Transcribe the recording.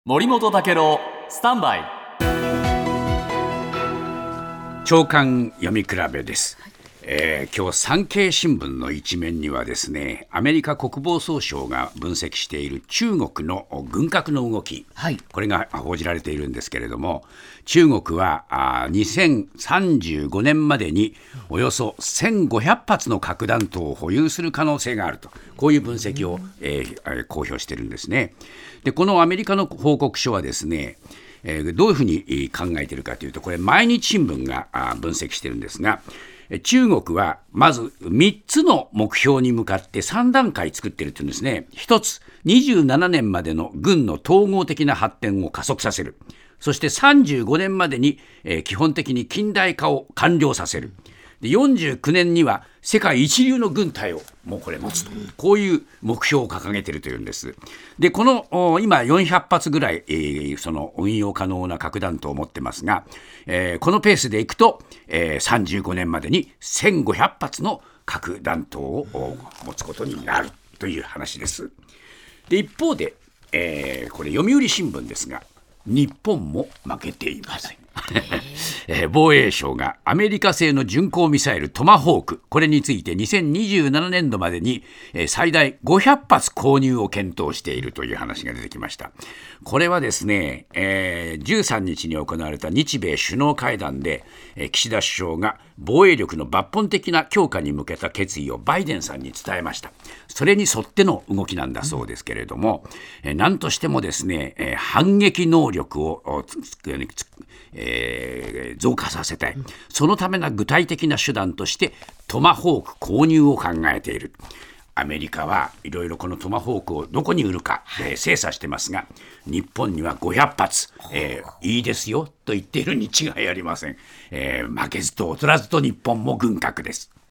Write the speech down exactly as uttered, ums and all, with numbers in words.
森本武郎スタンバイ朝刊読み比べです、えー、今日産経新聞の一面にはですね、アメリカ国防総省が分析している中国の軍拡の動き、はい、これが報じられているんですけれども、中国はあにせんさんじゅうごねんまでにおよそせんごひゃく発の核弾頭を保有する可能性があると、こういう分析を、えー、公表しているんですね。でこのアメリカの報告書はですね、えー、どういうふうに考えているかというと、これ毎日新聞が分析しているんですが、中国はまずみっつの目標に向かってさん段階作っているというんですね。ひとつ、にじゅうななねんまでの軍の統合的な発展を加速させる。そしてさんじゅうごねんまでに、えー、基本的に近代化を完了させる。でよんじゅうきゅうねんには世界一流の軍隊をもうこれ持つと、こういう目標を掲げているというんです。でこの今よんひゃく発ぐらい、えー、その運用可能な核弾頭を持ってますが、えー、このペースでいくと、えー、さんじゅうごねんまでにせんごひゃく発の核弾頭を持つことになるという話です。で一方で、えー、これ読売新聞ですが、日本も負けていませんえー、防衛省がアメリカ製の巡航ミサイルトマホーク、これについてにせんにじゅうななねんどまでに、えー、最大ごひゃく発購入を検討しているという話が出てきました。これはですね、えー、じゅうさんにちに行われた日米首脳会談で、えー、岸田首相が防衛力の抜本的な強化に向けた決意をバイデンさんに伝えました。それに沿っての動きなんだそうですけれども、えー、何としてもですね、えー、反撃能力をつつえー、増加させたい。そのための具体的な手段としてトマホーク購入を考えている。アメリカはいろいろこのトマホークをどこに売るか、えー、精査してますが、日本にはごひゃく発、えー、いいですよと言っているに違いありません。えー、負けずと劣らずと日本も軍拡です。